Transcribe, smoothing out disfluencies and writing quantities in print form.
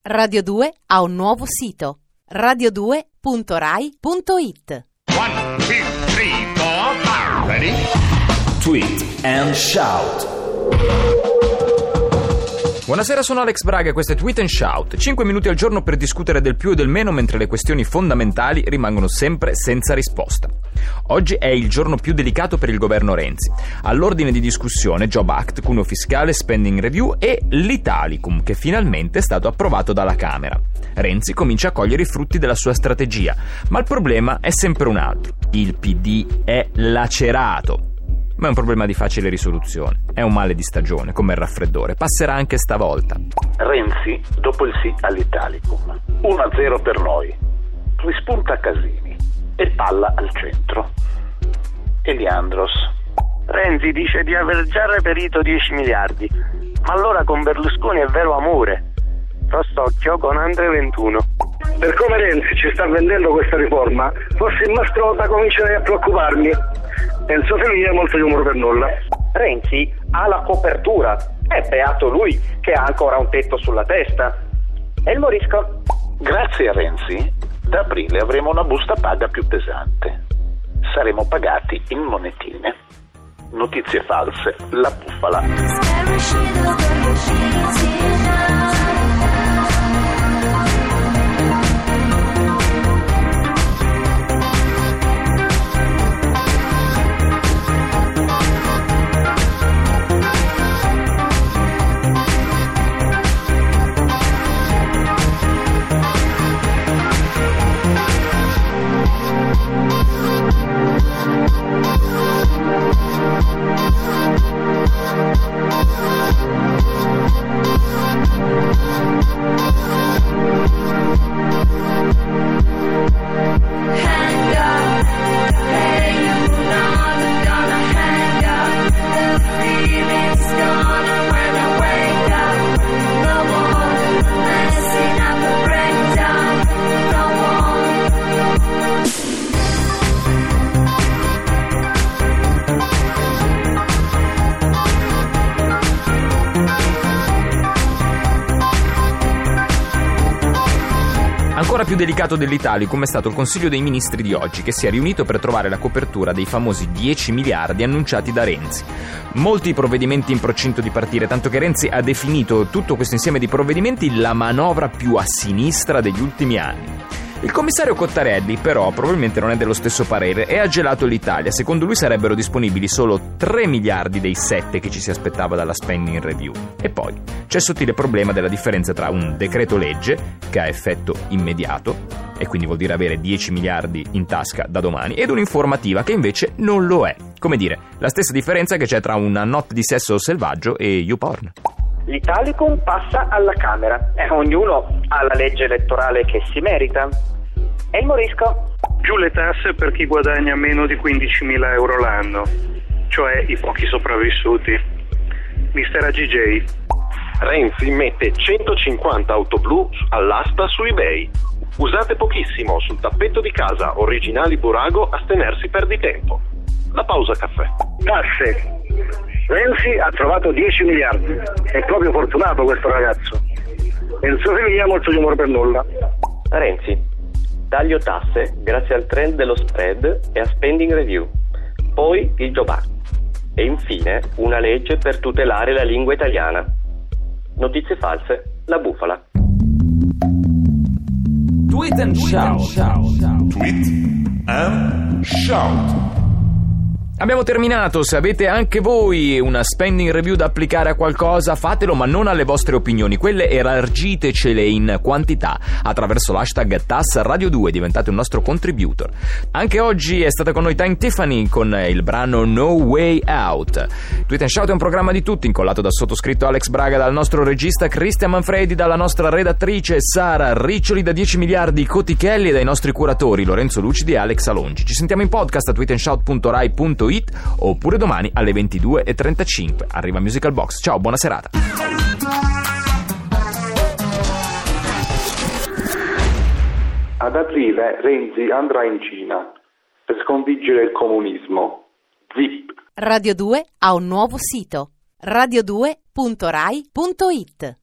Radio 2 ha un nuovo sito: radio2.rai.it. 1, 2, 3, 4, 5. Ready? Tweet and Shout. Buonasera, sono Alex Braga e questo è Tweet and Shout. 5 minuti al giorno per discutere del più e del meno mentre le questioni fondamentali rimangono sempre senza risposta. Oggi è il giorno più delicato per il governo Renzi. All'ordine di discussione Job Act, cuneo fiscale, spending review e l'Italicum, che finalmente è stato approvato dalla Camera. Renzi comincia a cogliere i frutti della sua strategia, ma il problema è sempre un altro. Il PD è lacerato. Ma è un problema di facile risoluzione. È un male di stagione, come il raffreddore. Passerà anche stavolta. Renzi, dopo il sì all'Italicum. 1-0 per noi. Rispunta Casini e palla al centro. Eliandros. Renzi dice di aver già reperito 10 miliardi. Ma allora con Berlusconi è vero amore. Rostocchio con Andre 21. Per come Renzi ci sta vendendo questa riforma, forse il Mastrota comincerei a preoccuparmi. Enzo Felia molto di umore per nulla. Renzi ha la copertura. È beato lui che ha ancora un tetto sulla testa. E il morisco? Grazie a Renzi, da aprile avremo una busta paga più pesante. Saremo pagati in monetine. Notizie false, la bufala. Ancora più delicato dell'Italicum è stato il Consiglio dei Ministri di oggi, che si è riunito per trovare la copertura dei famosi 10 miliardi annunciati da Renzi. Molti provvedimenti in procinto di partire, tanto che Renzi ha definito tutto questo insieme di provvedimenti la manovra più a sinistra degli ultimi anni. Il commissario Cottarelli però probabilmente non è dello stesso parere e ha gelato l'Italia. Secondo lui sarebbero disponibili solo 3 miliardi dei 7 che ci si aspettava dalla spending review. E poi c'è il sottile problema della differenza tra un decreto legge che ha effetto immediato e quindi vuol dire avere 10 miliardi in tasca da domani ed un'informativa che invece non lo è. Come dire, la stessa differenza che c'è tra una notte di sesso selvaggio e YouPorn. L'Italicum passa alla Camera e ognuno ha la legge elettorale che si merita. E il morisco? Giù le tasse per chi guadagna meno di 15.000 euro l'anno, cioè i pochi sopravvissuti. Mister AGJ. Renzi mette 150 auto blu all'asta su eBay. Usate pochissimo sul tappeto di casa, originali Burago, astenersi perditempo. La pausa caffè. Tasse. Renzi ha trovato 10 miliardi. È proprio fortunato questo ragazzo. Enzo Felia molto di umore per nulla. Renzi, taglio tasse grazie al trend dello spread e a spending review. Poi il Job Act. E infine una legge per tutelare la lingua italiana. Notizie false, la bufala. Tweet and Shout. Tweet and Shout. Abbiamo terminato. Se avete anche voi una spending review da applicare a qualcosa, fatelo, ma non alle vostre opinioni. Quelle elargitecele in quantità attraverso l'hashtag TASSRadio2, diventate un nostro contributor. Anche oggi è stata con noi Time Tiffany con il brano No Way Out. Tweet and Shout è un programma di tutti, incollato dal sottoscritto Alex Braga, dal nostro regista Cristian Manfredi, dalla nostra redattrice Sara Riccioli, da 10 miliardi Cotichelli e dai nostri curatori Lorenzo Lucidi e Alex Alongi. Ci sentiamo in podcast a tweetandshout.rai.it oppure domani alle 22:35. Arriva Musical Box. Ciao, buona serata. Ad aprile Renzi andrà in Cina per sconfiggere il comunismo. Zip. Radio 2 ha un nuovo sito: radio2.rai.it.